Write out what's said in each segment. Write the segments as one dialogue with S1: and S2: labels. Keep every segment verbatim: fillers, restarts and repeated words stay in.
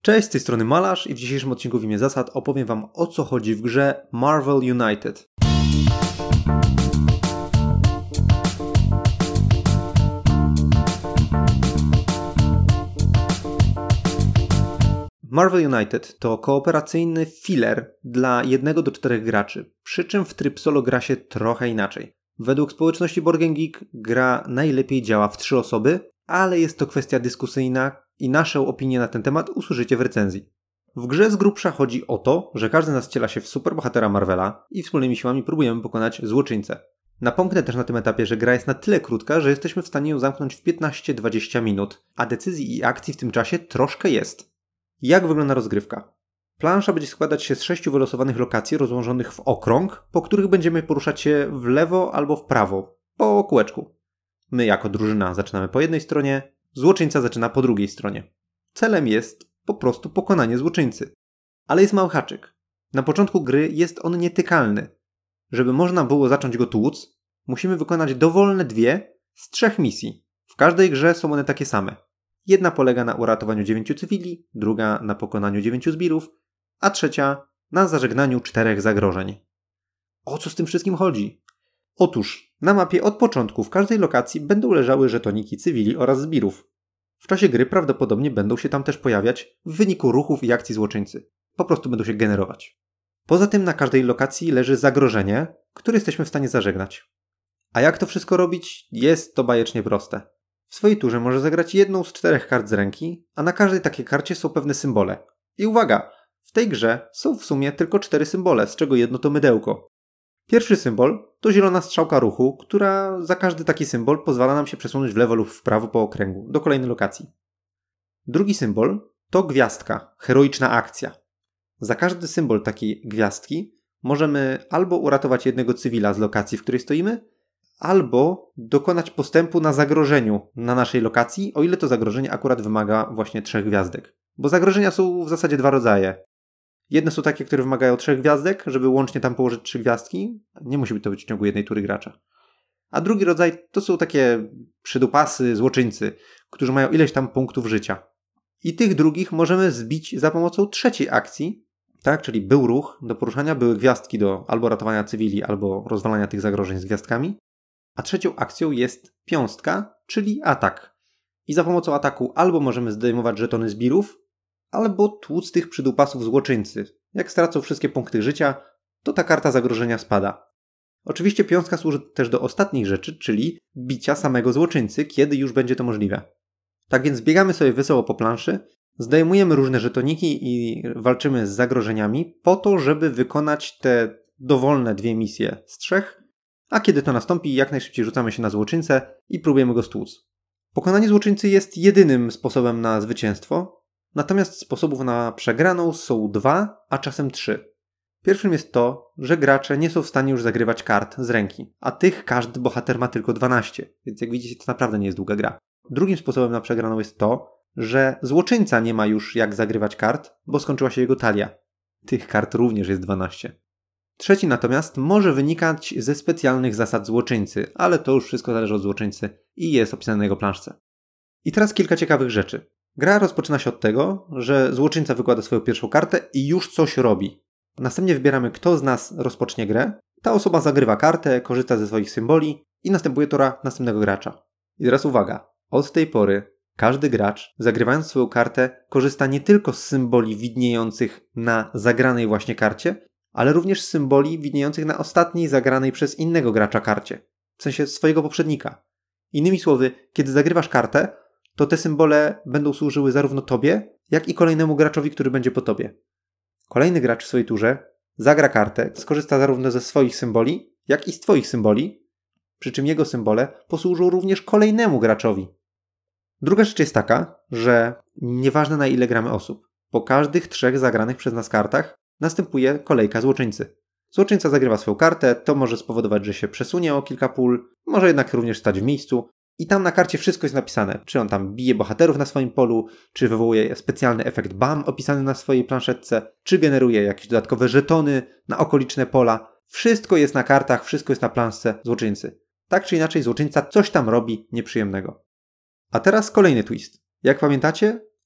S1: Cześć, z tej strony Malarz i w dzisiejszym odcinku w imię zasad opowiem wam, o co chodzi w grze Marvel United. Marvel United to kooperacyjny filler dla jednego do czterech graczy, przy czym w tryb solo gra się trochę inaczej. Według społeczności Board Game Geek gra najlepiej działa w trzy osoby, ale jest to kwestia dyskusyjna i naszą opinię na ten temat usłyszycie w recenzji. W grze z grubsza chodzi o to, że każdy z nas wciela się w superbohatera Marvela i wspólnymi siłami próbujemy pokonać złoczyńcę. Napomknę też na tym etapie, że gra jest na tyle krótka, że jesteśmy w stanie ją zamknąć w piętnaście do dwudziestu minut, a decyzji i akcji w tym czasie troszkę jest. Jak wygląda rozgrywka? Plansza będzie składać się z sześciu wylosowanych lokacji rozłożonych w okrąg, po których będziemy poruszać się w lewo albo w prawo, po kółeczku. My jako drużyna zaczynamy po jednej stronie, złoczyńca zaczyna po drugiej stronie. Celem jest po prostu pokonanie złoczyńcy. Ale jest mały haczyk. Na początku gry jest on nietykalny. Żeby można było zacząć go tłuc, musimy wykonać dowolne dwie z trzech misji. W każdej grze są one takie same. Jedna polega na uratowaniu dziewięciu cywili, druga na pokonaniu dziewięciu zbirów, a trzecia na zażegnaniu czterech zagrożeń. O co z tym wszystkim chodzi? Otóż na mapie od początku w każdej lokacji będą leżały żetoniki cywili oraz zbirów. W czasie gry prawdopodobnie będą się tam też pojawiać w wyniku ruchów i akcji złoczyńcy. Po prostu będą się generować. Poza tym na każdej lokacji leży zagrożenie, które jesteśmy w stanie zażegnać. A jak to wszystko robić? Jest to bajecznie proste. W swojej turze może zagrać jedną z czterech kart z ręki, a na każdej takiej karcie są pewne symbole. I uwaga! W tej grze są w sumie tylko cztery symbole, z czego jedno to mydełko. Pierwszy symbol to zielona strzałka ruchu, która za każdy taki symbol pozwala nam się przesunąć w lewo lub w prawo po okręgu, do kolejnej lokacji. Drugi symbol to gwiazdka, heroiczna akcja. Za każdy symbol takiej gwiazdki możemy albo uratować jednego cywila z lokacji, w której stoimy, albo dokonać postępu na zagrożeniu na naszej lokacji, o ile to zagrożenie akurat wymaga właśnie trzech gwiazdek. Bo zagrożenia są w zasadzie dwa rodzaje. Jedne są takie, które wymagają trzech gwiazdek, żeby łącznie tam położyć trzy gwiazdki. Nie musi być to w ciągu jednej tury gracza. A drugi rodzaj to są takie przydupasy, złoczyńcy, którzy mają ileś tam punktów życia. I tych drugich możemy zbić za pomocą trzeciej akcji, tak, czyli był ruch do poruszania, były gwiazdki do albo ratowania cywili, albo rozwalania tych zagrożeń z gwiazdkami. A trzecią akcją jest piąstka, czyli atak. I za pomocą ataku albo możemy zdejmować żetony zbirów, albo tłuc tych przydupasów złoczyńcy. Jak stracą wszystkie punkty życia, to ta karta zagrożenia spada. Oczywiście piątka służy też do ostatniej rzeczy, czyli bicia samego złoczyńcy, kiedy już będzie to możliwe. Tak więc biegamy sobie wesoło po planszy, zdejmujemy różne żetoniki i walczymy z zagrożeniami po to, żeby wykonać te dowolne dwie misje z trzech, a kiedy to nastąpi, jak najszybciej rzucamy się na złoczyńcę i próbujemy go stłuc. Pokonanie złoczyńcy jest jedynym sposobem na zwycięstwo, natomiast sposobów na przegraną są dwa, a czasem trzy. Pierwszym jest to, że gracze nie są w stanie już zagrywać kart z ręki, a tych każdy bohater ma tylko dwanaście, więc jak widzicie to naprawdę nie jest długa gra. Drugim sposobem na przegraną jest to, że złoczyńca nie ma już jak zagrywać kart, bo skończyła się jego talia. Tych kart również jest dwanaście. Trzeci natomiast może wynikać ze specjalnych zasad złoczyńcy, ale to już wszystko zależy od złoczyńcy i jest opisane na jego planszce. I teraz kilka ciekawych rzeczy. Gra rozpoczyna się od tego, że złoczyńca wykłada swoją pierwszą kartę i już coś robi. Następnie wybieramy, kto z nas rozpocznie grę. Ta osoba zagrywa kartę, korzysta ze swoich symboli i następuje tura następnego gracza. I teraz uwaga, od tej pory każdy gracz, zagrywając swoją kartę, korzysta nie tylko z symboli widniejących na zagranej właśnie karcie, ale również z symboli widniejących na ostatniej zagranej przez innego gracza karcie. W sensie swojego poprzednika. Innymi słowy, kiedy zagrywasz kartę, to te symbole będą służyły zarówno tobie, jak i kolejnemu graczowi, który będzie po tobie. Kolejny gracz w swojej turze zagra kartę, skorzysta zarówno ze swoich symboli, jak i z twoich symboli, przy czym jego symbole posłużą również kolejnemu graczowi. Druga rzecz jest taka, że nieważne na ile gramy osób, po każdych trzech zagranych przez nas kartach następuje kolejka złoczyńcy. Złoczyńca zagrywa swoją kartę, to może spowodować, że się przesunie o kilka pól, może jednak również stać w miejscu i tam na karcie wszystko jest napisane. Czy on tam bije bohaterów na swoim polu, czy wywołuje specjalny efekt B A M opisany na swojej planszetce, czy generuje jakieś dodatkowe żetony na okoliczne pola. Wszystko jest na kartach, wszystko jest na planszce złoczyńcy. Tak czy inaczej złoczyńca coś tam robi nieprzyjemnego. A teraz kolejny twist. Jak pamiętacie,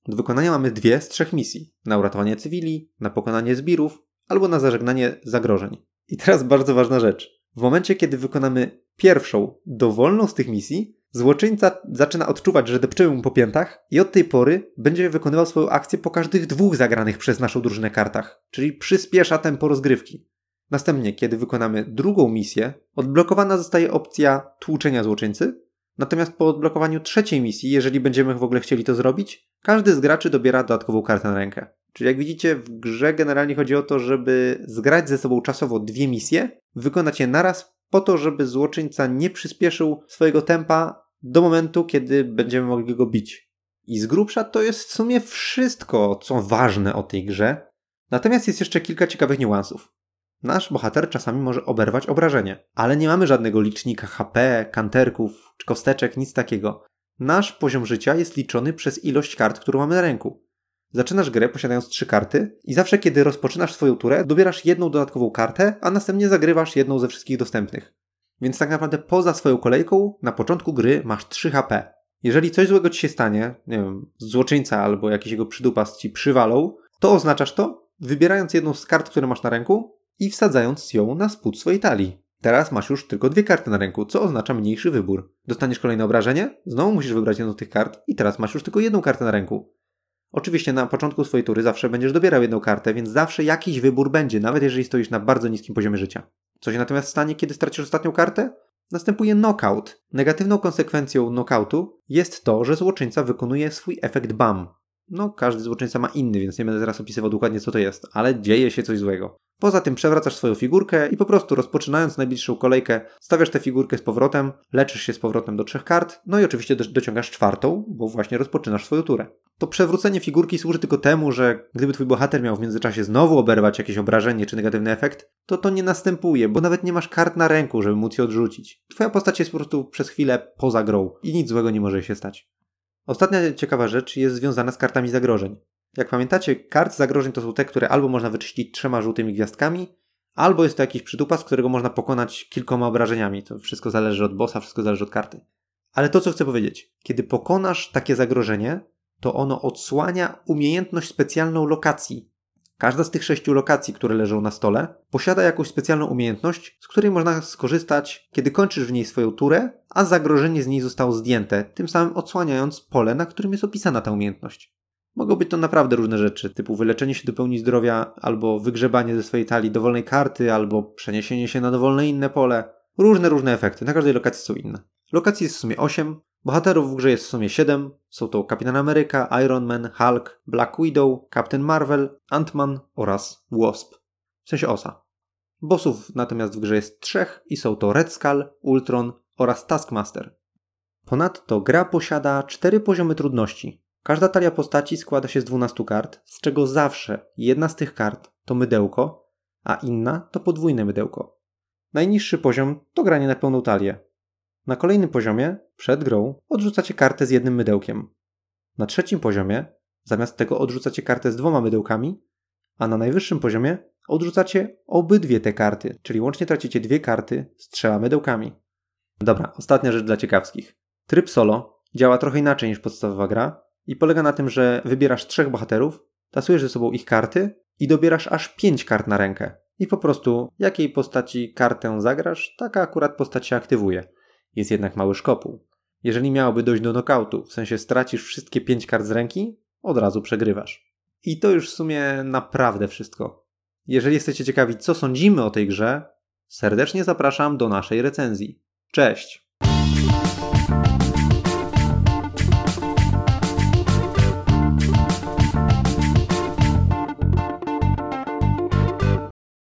S1: Do wykonania mamy dwie z trzech misji. Na uratowanie cywili, na pokonanie zbirów albo na zażegnanie zagrożeń. I teraz bardzo ważna rzecz. W momencie, kiedy wykonamy pierwszą, dowolną z tych misji, złoczyńca zaczyna odczuwać, że depczymy mu po piętach i od tej pory będzie wykonywał swoją akcję po każdych dwóch zagranych przez naszą drużynę kartach, czyli przyspiesza tempo rozgrywki. Następnie, kiedy wykonamy drugą misję, odblokowana zostaje opcja tłuczenia złoczyńcy, natomiast po odblokowaniu trzeciej misji, jeżeli będziemy w ogóle chcieli to zrobić, każdy z graczy dobiera dodatkową kartę na rękę. Czyli jak widzicie, w grze generalnie chodzi o to, żeby zgrać ze sobą czasowo dwie misje, wykonać je naraz po to, żeby złoczyńca nie przyspieszył swojego tempa do momentu, kiedy będziemy mogli go bić. I z grubsza to jest w sumie wszystko, co ważne o tej grze. Natomiast jest jeszcze kilka ciekawych niuansów. Nasz bohater czasami może oberwać obrażenie, ale nie mamy żadnego licznika H P, kanterków czy kosteczek, nic takiego. Nasz poziom życia jest liczony przez ilość kart, którą mamy na ręku. Zaczynasz grę posiadając trzy karty i zawsze kiedy rozpoczynasz swoją turę, dobierasz jedną dodatkową kartę, a następnie zagrywasz jedną ze wszystkich dostępnych. Więc tak naprawdę poza swoją kolejką na początku gry masz trzy H P. Jeżeli coś złego ci się stanie, nie wiem, złoczyńca albo jakiś jego przydupas ci przywalą, to oznaczasz to, wybierając jedną z kart, które masz na ręku i wsadzając ją na spód swojej talii. Teraz masz już tylko dwie karty na ręku, co oznacza mniejszy wybór. Dostaniesz kolejne obrażenie, znowu musisz wybrać jedną z tych kart i teraz masz już tylko jedną kartę na ręku. Oczywiście na początku swojej tury zawsze będziesz dobierał jedną kartę, więc zawsze jakiś wybór będzie, nawet jeżeli stoisz na bardzo niskim poziomie życia. Co się natomiast stanie, kiedy stracisz ostatnią kartę? Następuje knockout. Negatywną konsekwencją knockoutu jest to, że złoczyńca wykonuje swój efekt B A M. No, każdy złoczyńca ma inny, więc nie będę teraz opisywał dokładnie co to jest, ale dzieje się coś złego. Poza tym przewracasz swoją figurkę i po prostu rozpoczynając najbliższą kolejkę stawiasz tę figurkę z powrotem, leczysz się z powrotem do trzech kart, no i oczywiście do- dociągasz czwartą, bo właśnie rozpoczynasz swoją turę. To przewrócenie figurki służy tylko temu, że gdyby twój bohater miał w międzyczasie znowu oberwać jakieś obrażenie czy negatywny efekt, to to nie następuje, bo nawet nie masz kart na ręku, żeby móc je odrzucić. Twoja postać jest po prostu przez chwilę poza grą i nic złego nie może się stać. Ostatnia ciekawa rzecz jest związana z kartami zagrożeń. Jak pamiętacie, kart zagrożeń to są te, które albo można wyczyścić trzema żółtymi gwiazdkami, albo jest to jakiś przydupas, którego można pokonać kilkoma obrażeniami. To wszystko zależy od bossa, wszystko zależy od karty. Ale to, co chcę powiedzieć, kiedy pokonasz takie zagrożenie, to ono odsłania umiejętność specjalną lokacji. Każda z tych sześciu lokacji, które leżą na stole, posiada jakąś specjalną umiejętność, z której można skorzystać, kiedy kończysz w niej swoją turę, a zagrożenie z niej zostało zdjęte, tym samym odsłaniając pole, na którym jest opisana ta umiejętność. Mogą być to naprawdę różne rzeczy, typu wyleczenie się do pełni zdrowia, albo wygrzebanie ze swojej talii dowolnej karty, albo przeniesienie się na dowolne inne pole. Różne, różne efekty, na każdej lokacji są inne. Lokacji jest w sumie osiem, bohaterów w grze jest w sumie siedem. Są to Kapitan Ameryka, Iron Man, Hulk, Black Widow, Captain Marvel, Ant-Man oraz Wasp. W sensie osa. Bossów natomiast w grze jest trzech i są to Red Skull, Ultron oraz Taskmaster. Ponadto gra posiada cztery poziomy trudności. Każda talia postaci składa się z dwunastu kart, z czego zawsze jedna z tych kart to mydełko, a inna to podwójne mydełko. Najniższy poziom to granie na pełną talię. Na kolejnym poziomie, przed grą, odrzucacie kartę z jednym mydełkiem. Na trzecim poziomie, zamiast tego odrzucacie kartę z dwoma mydełkami, a na najwyższym poziomie odrzucacie obydwie te karty, czyli łącznie tracicie dwie karty z trzema mydełkami. Dobra, ostatnia rzecz dla ciekawskich. Tryb solo działa trochę inaczej niż podstawowa gra i polega na tym, że wybierasz trzech bohaterów, tasujesz ze sobą ich karty i dobierasz aż pięć kart na rękę. I po prostu jakiej postaci kartę zagrasz, taka akurat postać się aktywuje. Jest jednak mały szkopuł. Jeżeli miałoby dojść do knockoutu, w sensie stracisz wszystkie pięć kart z ręki, od razu przegrywasz. I to już w sumie naprawdę wszystko. Jeżeli jesteście ciekawi, co sądzimy o tej grze, serdecznie zapraszam do naszej recenzji. Cześć!